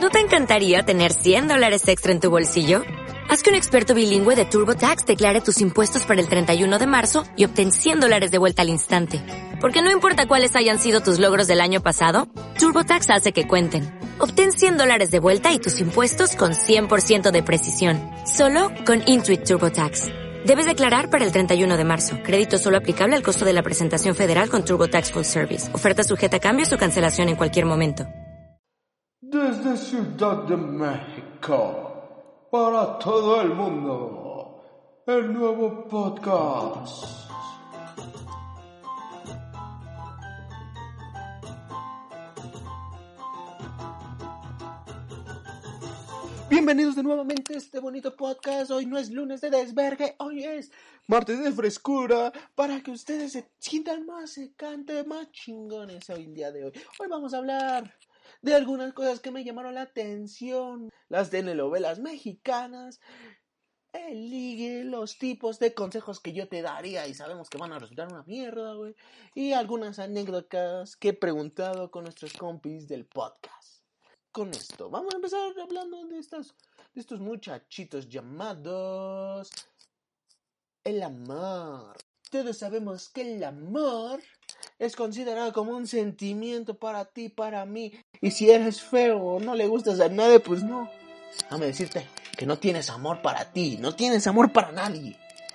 ¿No te encantaría tener $100 extra en tu bolsillo? Haz que un experto bilingüe de TurboTax declare tus impuestos para el 31 de marzo y obtén $100 de vuelta al instante. Porque no importa cuáles hayan sido tus logros del año pasado, TurboTax hace que cuenten. Obtén $100 de vuelta y tus impuestos con 100% de precisión. Solo con Intuit TurboTax. Debes declarar para el 31 de marzo. Crédito solo aplicable al costo de la presentación federal con TurboTax Full Service. Oferta sujeta a cambios o cancelación en cualquier momento. Desde Ciudad de México, para todo el mundo, el nuevo podcast. Bienvenidos de nuevamente a este bonito podcast. Hoy no es lunes de desvergue, hoy es martes de frescura, para que ustedes se sientan más, se canten más chingones hoy en día de hoy. Hoy vamos a hablar de algunas cosas que me llamaron la atención, las telenovelas mexicanas, el ligue, los tipos de consejos que yo te daría y sabemos que van a resultar una mierda, güey, y algunas anécdotas que he preguntado con nuestros compis del podcast. Con esto, vamos a empezar hablando de estos muchachitos llamados el amor. Todos sabemos que el amor es considerado como un sentimiento para ti, para mí. Y si eres feo o no le gustas a nadie, pues no. Déjame decirte que no tienes amor para ti, no tienes amor para nadie.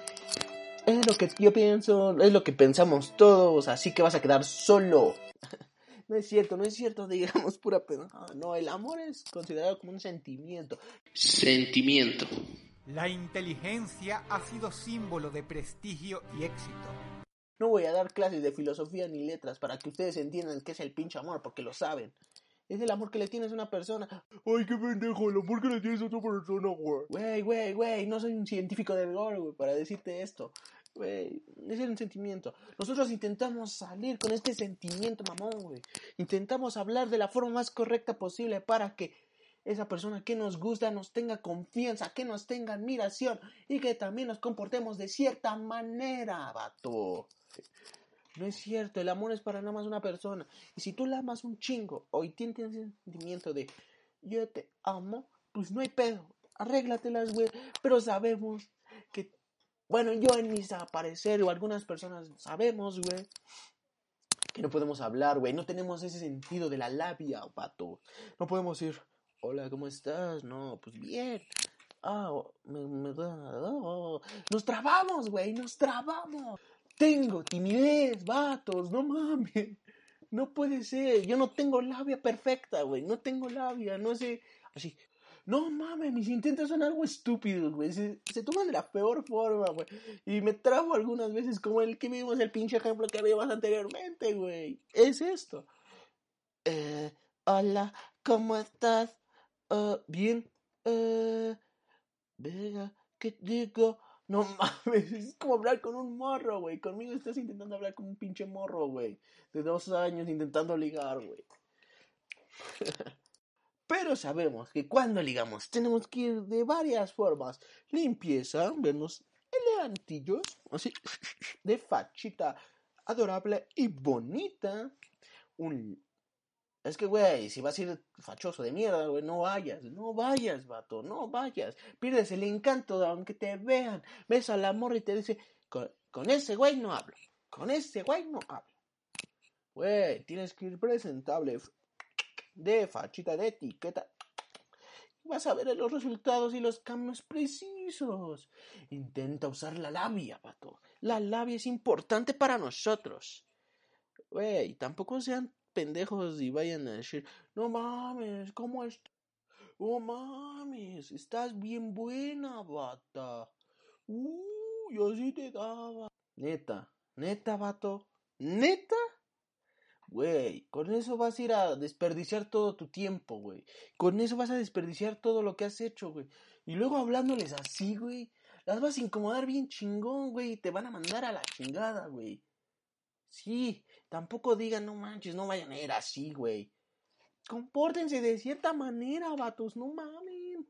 Es lo que yo pienso, es lo que pensamos todos, así que vas a quedar solo. No es cierto, digamos pura pena. No, el amor es considerado como un sentimiento. Sentimiento. La inteligencia ha sido símbolo de prestigio y éxito. No voy a dar clases de filosofía ni letras para que ustedes entiendan qué es el pinche amor, porque lo saben. Es el amor que le tienes a una persona. Ay, qué pendejo, el amor que le tienes a otra persona, güey. Güey, no soy un científico del gore, güey, para decirte esto. Güey, es un sentimiento. Nosotros intentamos salir con este sentimiento, mamón, güey. Intentamos hablar de la forma más correcta posible para que esa persona que nos gusta nos tenga confianza, que nos tenga admiración y que también nos comportemos de cierta manera, vato. No es cierto, el amor es para nada más una persona. Y si tú la amas un chingo o tienes ese sentimiento de yo te amo, pues no hay pedo, arréglatelas, güey. Pero sabemos que, bueno, yo en mis parecer o algunas personas sabemos, güey, que no podemos hablar, güey. No tenemos ese sentido de la labia, pato. No podemos ir, hola, ¿cómo estás? No, pues bien. Nos trabamos, güey, nos trabamos. Tengo timidez, vatos, no mames. No puede ser, yo no tengo labia perfecta, güey. No tengo labia, no sé. Así, no mames, mis intentos son algo estúpidos, güey. Se toman de la peor forma, güey. Y me trabo algunas veces, como el que vimos, el pinche ejemplo que habíamos anteriormente, güey. Es esto. Hola, ¿cómo estás? Bien. Vega, ¿qué digo? No mames, es como hablar con un morro, güey. Conmigo estás intentando hablar con un pinche morro, güey. De 2 años intentando ligar, güey. Pero sabemos que cuando ligamos tenemos que ir de varias formas. Limpieza, vernos elegantillos, así, de fachita adorable y bonita. Es que, güey, si vas a ir fachoso de mierda, güey, no vayas, vato, no vayas. Pierdes el encanto de aunque te vean. Ves al amor y te dice, con ese güey no hablo, con ese güey no hablo. Güey, tienes que ir presentable, de fachita, de etiqueta. Vas a ver los resultados y los cambios precisos. Intenta usar la labia, vato. La labia es importante para nosotros. Güey, tampoco sean pendejos y vayan a decir, no mames, ¿cómo es? Oh mames, estás bien buena, bata. Yo sí te daba. Neta, vato. ¿Neta? Güey, con eso vas a ir a desperdiciar todo tu tiempo, güey. Con eso vas a desperdiciar todo lo que has hecho, güey. Y luego hablándoles así, güey, las vas a incomodar bien chingón, güey. Y te van a mandar a la chingada, güey. Sí, tampoco digan, no manches, no vayan a ir así, güey. Compórtense de cierta manera, vatos, no mamen.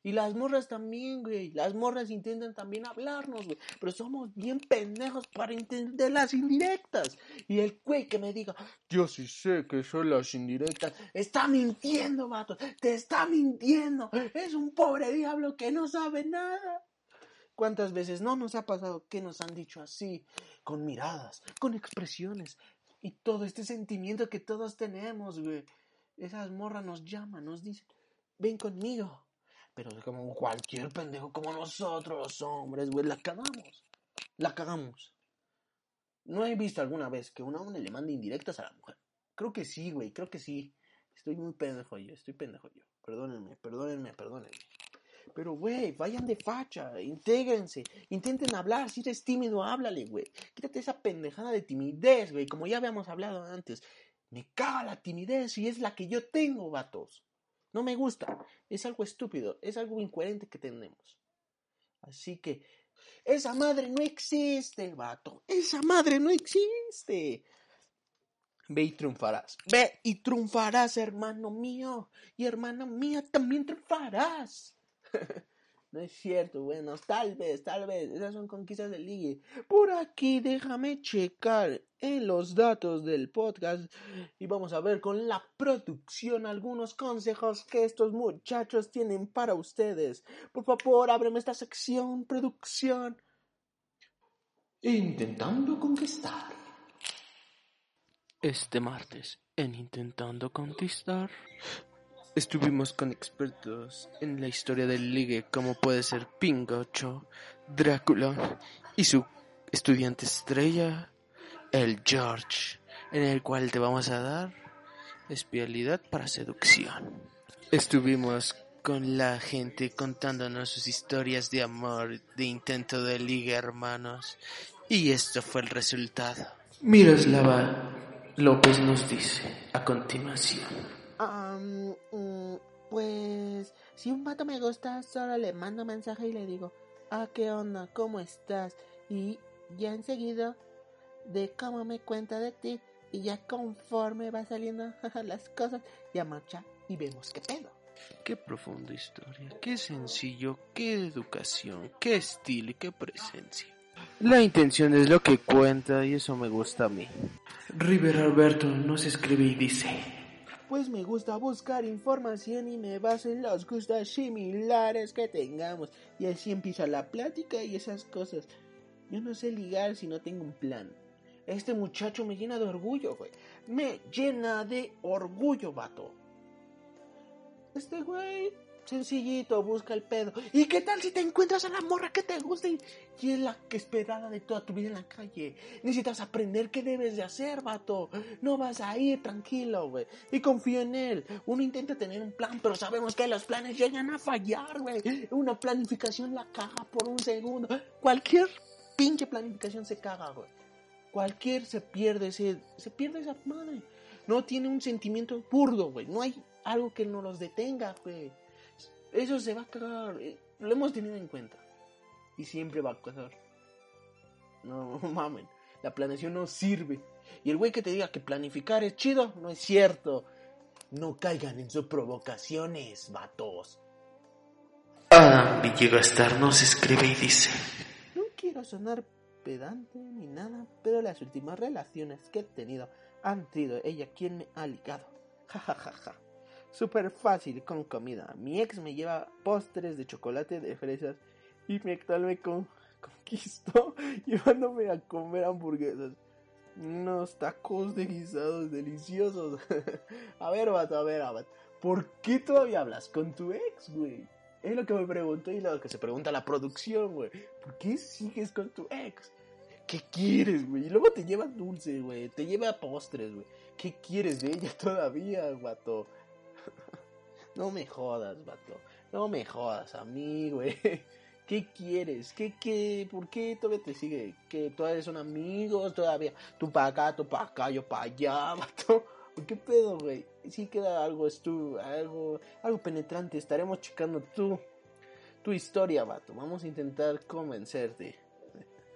Y las morras también, güey. Las morras intentan también hablarnos, güey. Pero somos bien pendejos para entender las indirectas. Y el güey que me diga, yo sí sé que son las indirectas, está mintiendo, vato. Te está mintiendo. Es un pobre diablo que no sabe nada. ¿Cuántas veces no nos ha pasado que nos han dicho así? Con miradas, con expresiones. Y todo este sentimiento que todos tenemos, güey. Esas morras nos llaman, nos dicen, ven conmigo. Pero como cualquier pendejo como nosotros, los hombres, güey, la cagamos. La cagamos. No he visto alguna vez que un hombre le mande indirectas a la mujer. Creo que sí, güey, creo que sí. Estoy pendejo yo. Perdónenme. Pero, güey, vayan de facha, intégrense, intenten hablar. Si eres tímido, háblale, güey. Quítate esa pendejada de timidez, güey, como ya habíamos hablado antes. Me caga la timidez y es la que yo tengo, vatos. No me gusta, es algo estúpido, es algo incoherente que tenemos. Así que, esa madre no existe, vato. Esa madre no existe. Ve y triunfarás, hermano mío. Y hermana mía, también triunfarás. No es cierto, bueno, tal vez, esas son conquistas del ligue. Por aquí déjame checar en los datos del podcast y vamos a ver con la producción algunos consejos que estos muchachos tienen para ustedes. Por favor, ábreme esta sección, producción. Intentando conquistar. Este martes, en Intentando Conquistar, estuvimos con expertos en la historia del ligue, como puede ser Pingocho, Drácula y su estudiante estrella, el George, en el cual te vamos a dar especialidad para seducción. Estuvimos con la gente contándonos sus historias de amor, de intento de ligue, hermanos, y esto fue el resultado. Miroslava López nos dice a continuación. Pues si un vato me gusta, solo le mando mensaje y le digo, ¿qué onda? ¿Cómo estás? Y ya enseguida de cómo me cuenta de ti y ya conforme va saliendo las cosas, ya marcha y vemos qué pedo. Qué profunda historia, qué sencillo, qué educación, qué estilo y qué presencia. La intención es lo que cuenta y eso me gusta a mí. River Alberto nos escribe y dice: pues me gusta buscar información y me baso en los gustos similares que tengamos. Y así empieza la plática y esas cosas. Yo no sé ligar si no tengo un plan. Este muchacho me llena de orgullo, güey. Me llena de orgullo, vato. Este güey, sencillito, busca el pedo. ¿Y qué tal si te encuentras a la morra que te gusta y es la que esperada de toda tu vida en la calle? Necesitas aprender qué debes de hacer, vato. No vas a ir tranquilo, güey. Y confía en él. Uno intenta tener un plan, pero sabemos que los planes llegan a fallar, güey. Una planificación la caga por un segundo. Cualquier pinche planificación se caga, güey. Cualquier se pierde esa madre. No tiene un sentimiento burdo, güey. No hay algo que no los detenga, güey. Eso se va a cagar. Lo hemos tenido en cuenta. Y siempre va a pasar. No mamen. La planeación no sirve. Y el güey que te diga que planificar es chido, no es cierto. No caigan en sus provocaciones, vatos. Adam Villegastar nos escribe y dice: no quiero sonar pedante ni nada, pero las últimas relaciones que he tenido han sido ella quien me ha ligado. Ja, ja, ja, ja. Súper fácil con comida. Mi ex me lleva postres de chocolate de fresas y mi actual me conquistó llevándome a comer hamburguesas. Unos tacos de guisados deliciosos. A ver, vato. ¿Por qué todavía hablas con tu ex, güey? Es lo que me pregunto y lo que se pregunta la producción, güey. ¿Por qué sigues con tu ex? ¿Qué quieres, güey? Y luego te lleva dulce, güey. Te lleva postres, güey. ¿Qué quieres de ella todavía, vato? No me jodas, vato. No me jodas a mí, güey. ¿Qué quieres? ¿Por qué todavía te sigue? ¿Que todavía son amigos? ¿Todavía? Tú para acá, yo para allá, vato. ¿Qué pedo, güey? Si queda algo algo penetrante. Estaremos checando tu historia, vato. Vamos a intentar convencerte.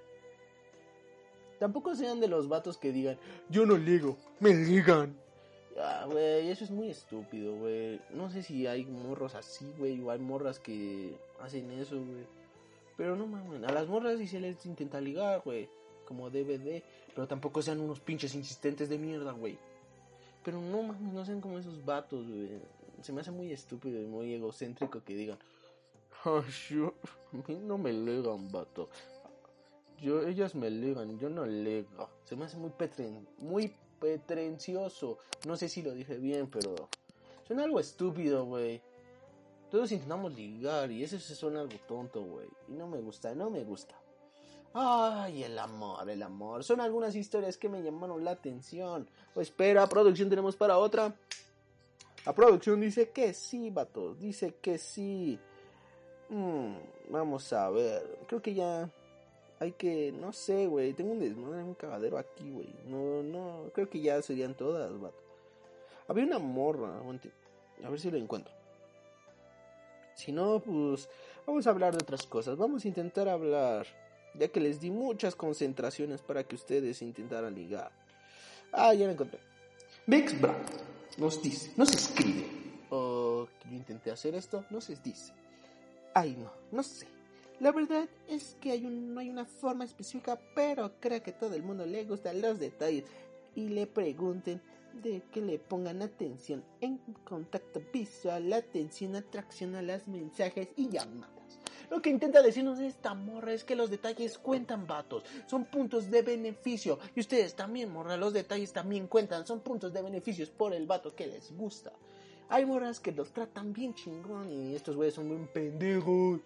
Tampoco sean de los vatos que digan, yo no ligo, me ligan. Güey, eso es muy estúpido, güey. No sé si hay morros así, güey, o hay morras que hacen eso, güey. Pero no mames, a las morras sí se les intenta ligar, güey, como DVD. Pero tampoco sean unos pinches insistentes de mierda, güey. Pero no mames, no sean como esos vatos, güey. Se me hace muy estúpido y muy egocéntrico que digan, a mí no me ligan, vato. Ellas me ligan, yo no ligo. Se me hace muy pretencioso. No sé si lo dije bien, pero suena algo estúpido, güey. Todos intentamos ligar y eso suena algo tonto, güey. Y no me gusta. Ay, el amor. Son algunas historias que me llamaron la atención. Pues espera, producción, tenemos para otra. La producción dice que sí, vatos. Dice que sí. Vamos a ver. Creo que ya hay que... No sé, güey. Tengo un desmadre, un cagadero aquí, güey. No. Creo que ya serían todas, vato. Había una morra. A ver si lo encuentro. Si no, pues... Vamos a hablar de otras cosas. Vamos a intentar hablar... Ya que les di muchas concentraciones para que ustedes intentaran ligar. Ya lo encontré. Bex Brown nos dice, nos escribe. Yo intenté hacer esto, no se dice. No sé. La verdad es que no hay una forma específica, pero creo que a todo el mundo le gustan los detalles. Y le pregunten de que le pongan atención en contacto visual, atención, atracción a los mensajes y llamadas. Lo que intenta decirnos esta morra es que los detalles cuentan, vatos. Son puntos de beneficio. Y ustedes también, morra, los detalles también cuentan. Son puntos de beneficios por el vato que les gusta. Hay morras que los tratan bien chingón y estos güeyes son bien pendejos.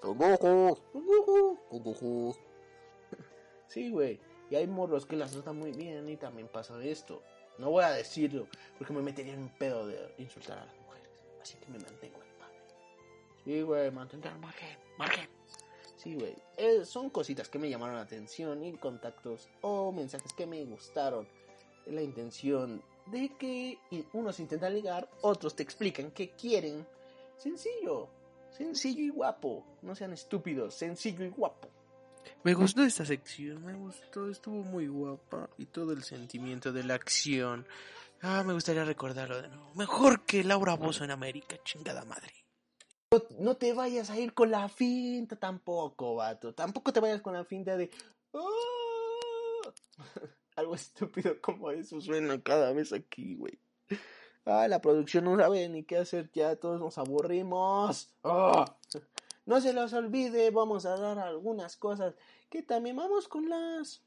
Sí, güey. Y hay morros que las tratan muy bien y también pasa esto. No voy a decirlo porque me metería en un pedo de insultar a las mujeres. Así que me mantengo en paz. Sí, güey, mantente al margen. Sí, güey. Son cositas que me llamaron la atención y contactos o mensajes que me gustaron. La intención de que unos intentan ligar, otros te explican qué quieren. Sencillo y guapo. No sean estúpidos, sencillo y guapo. Me gustó esta sección, estuvo muy guapa y todo el sentimiento de la acción. Me gustaría recordarlo de nuevo. Mejor que Laura Bozzo en América, chingada madre. No te vayas a ir con la finta tampoco, vato. Tampoco te vayas con la finta de... Algo estúpido como eso suena cada vez aquí, güey. La producción no sabe ni qué hacer ya, todos nos aburrimos. No se los olvide, vamos a dar algunas cosas que también vamos con las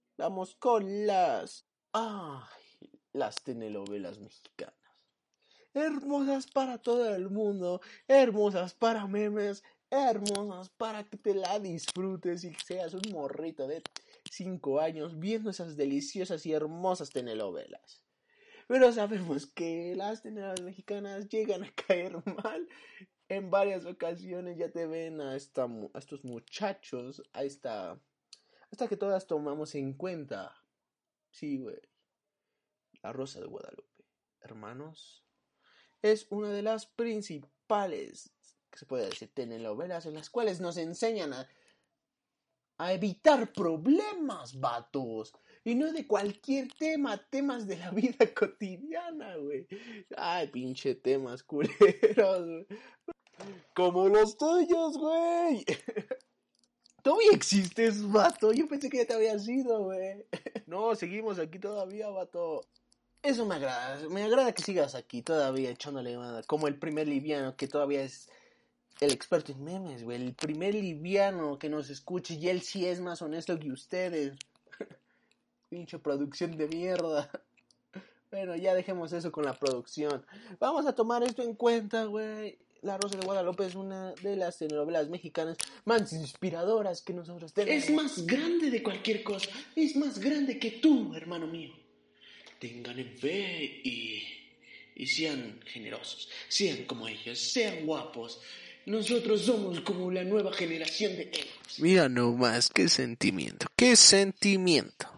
las telenovelas mexicanas. Hermosas para todo el mundo, hermosas para memes, hermosas para que te la disfrutes y seas un morrito de 5 años viendo esas deliciosas y hermosas telenovelas. Pero sabemos que las telenovelas mexicanas llegan a caer mal. En varias ocasiones ya te ven a estos muchachos, hasta que todas tomamos en cuenta. Sí, güey. La Rosa de Guadalupe, hermanos, es una de las principales, que se puede decir, telenovelas en las cuales nos enseñan a evitar problemas, vatos. Y no de cualquier temas de la vida cotidiana, güey. Pinche temas culeros, güey. Como los tuyos, güey. ¿Todavía existes, vato? Yo pensé que ya te habías ido, güey. No, seguimos aquí todavía, vato. Eso me agrada que sigas aquí todavía echándole mano. Como el primer liviano que todavía es el experto en memes, güey. El primer liviano que nos escuche y él sí es más honesto que ustedes. Pinche producción de mierda. Bueno, ya dejemos eso con la producción. Vamos a tomar esto en cuenta, güey. La Rosa de Guadalupe es una de las telenovelas mexicanas más inspiradoras que nosotros tenemos. Es más grande de cualquier cosa. Es más grande que tú, hermano mío. Tengan fe y sean generosos. Sean como ellos. Sean guapos. Nosotros somos como la nueva generación de ellos. Mira nomás, qué sentimiento. ¡Qué sentimiento!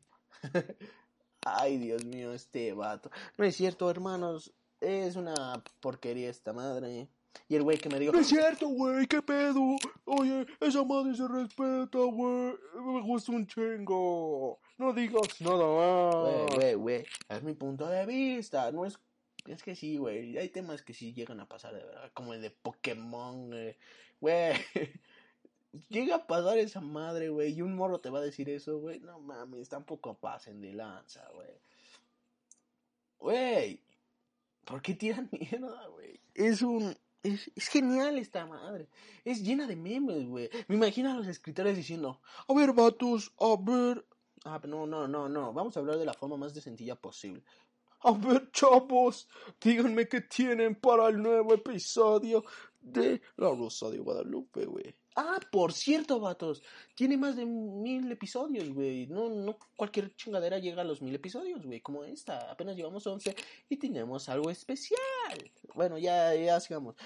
Ay, Dios mío, este vato. No es cierto, hermanos. Es una porquería esta madre. Y el güey que me dijo, No es cierto, güey, qué pedo. Oye, esa madre se respeta, güey. Me gusta un chingo. No digas nada más. güey, es mi punto de vista, no es... Es que sí, güey, hay temas que sí llegan a pasar de verdad, como el de Pokémon, güey. Llega a pasar esa madre, güey, y un morro te va a decir eso, güey. No mames, tampoco pasen de lanza, güey. Güey, ¿por qué tiran mierda, güey? Es genial esta madre. Es llena de memes, güey. Me imagino a los escritores diciendo, A ver, vatos, a ver. no. Vamos a hablar de la forma más sencilla posible. A ver, chavos, díganme qué tienen para el nuevo episodio de La Rosa de Guadalupe, güey. Ah, por cierto, vatos, tiene más de 1000 episodios, güey. No cualquier chingadera llega a los 1000 episodios, güey, como esta. Apenas llevamos 11 y tenemos algo especial. Bueno, ya sigamos.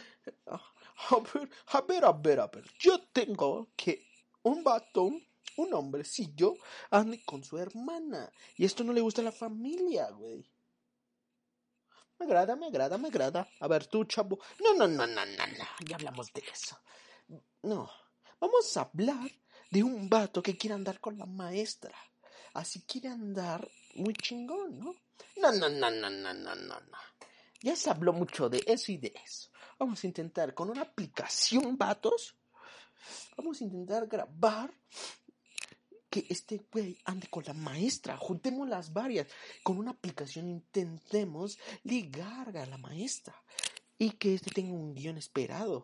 A ver. Yo tengo que un vato, un hombrecillo, ande con su hermana. Y esto no le gusta a la familia, güey. Me agrada. A ver, tú, chavo. No. Ya hablamos de eso. No. Vamos a hablar de un vato que quiere andar con la maestra. Así quiere andar muy chingón, ¿no? No. Ya se habló mucho de eso y de eso. Vamos a intentar con una aplicación, vatos. Vamos a intentar grabar que este güey ande con la maestra. Juntemos las varias. Con una aplicación intentemos ligar a la maestra. Y que este tenga un guión esperado.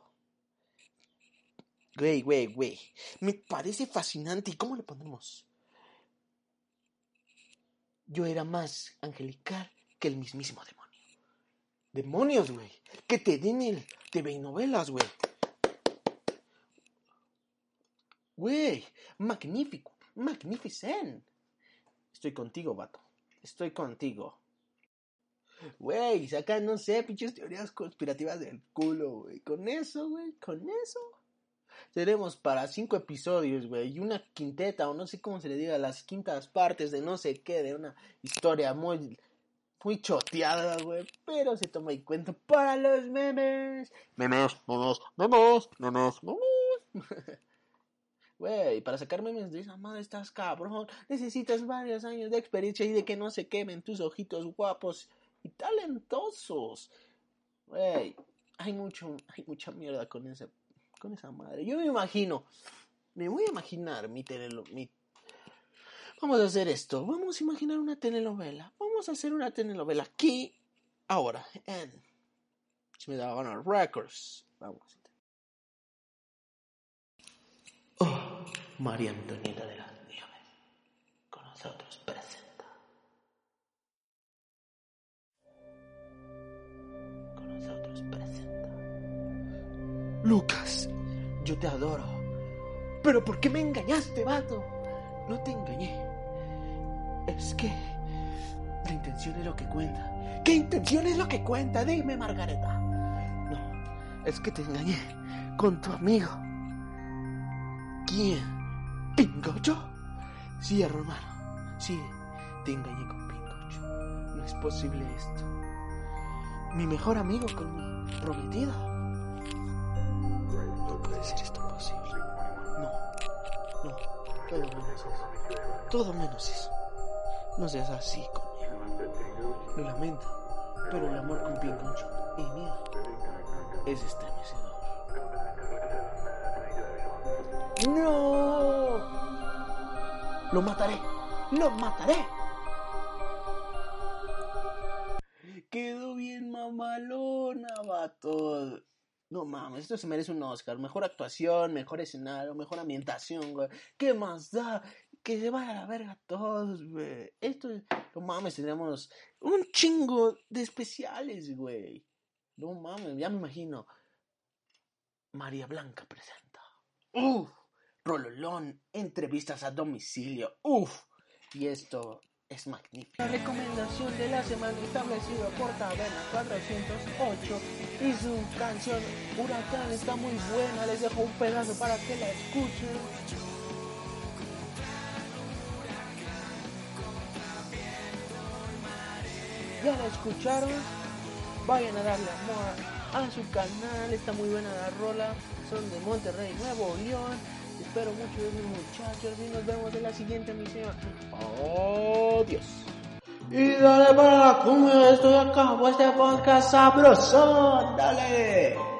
Güey. Me parece fascinante. ¿Y cómo le ponemos? Yo era más angelical que el mismísimo demonio. Demonios, güey. Que te den el TV novelas, güey. Güey, magnífico. Magnificent. Estoy contigo, vato. Estoy contigo. Güey, saca, no sé, pinches teorías conspirativas del culo, güey. Con eso, tenemos para 5 episodios, güey. Y una quinteta, o no sé cómo se le diga, las quintas partes de no sé qué, de una historia muy choteada, güey. Pero se toma en cuenta para los memes. Memes. Güey, para sacar memes de esa madre estás cabrón. Necesitas varios años de experiencia y de que no se quemen tus ojitos guapos y talentosos. Güey, hay mucha mierda con esa madre. Yo me voy a imaginar Vamos a hacer esto. Vamos a imaginar una telenovela. Vamos a hacer una telenovela aquí, ahora, en Smith Honor Records. Vamos. Oh, María Antonieta de las Nieves, con nosotros presenta. Lucas, yo te adoro. ¿Pero por qué me engañaste, vato? No te engañé. Es que la intención es lo que cuenta. ¿Qué intención es lo que cuenta? Dime, Margareta. No, es que te engañé con tu amigo. ¿Quién? ¿Pingocho? Sí, hermano. Sí, te engañé con Pingocho. No es posible esto. Mi mejor amigo con mi prometida. No puede ser esto posible. No, todo menos eso. No seas así conmigo. Lo lamento, pero el amor con Pingocho y mío es estremecedor. ¡No! ¡Lo mataré! Quedó bien mamalona, vato. No mames, esto se merece un Oscar. Mejor actuación, mejor escenario, mejor ambientación, güey. ¿Qué más da? Que se vaya a la verga todos, güey. No mames, tendríamos un chingo de especiales, güey. No mames, ya me imagino. María Blanca presenta. ¡Uf! Rololón, entrevistas a domicilio. ¡Uf! Y esto es magnífico. La recomendación de la semana establecida por Taberna 408 y su canción Huracán está muy buena. Les dejo un pedazo para que la escuchen. ¿Ya la escucharon? Vayan a darle amor a su canal. Está muy buena la rola. Son de Monterrey, Nuevo León. Espero mucho de mis muchachos y nos vemos en la siguiente emisión. Adiós. Y dale para la cumbia, estoy acá, este podcast sabroso. Dale.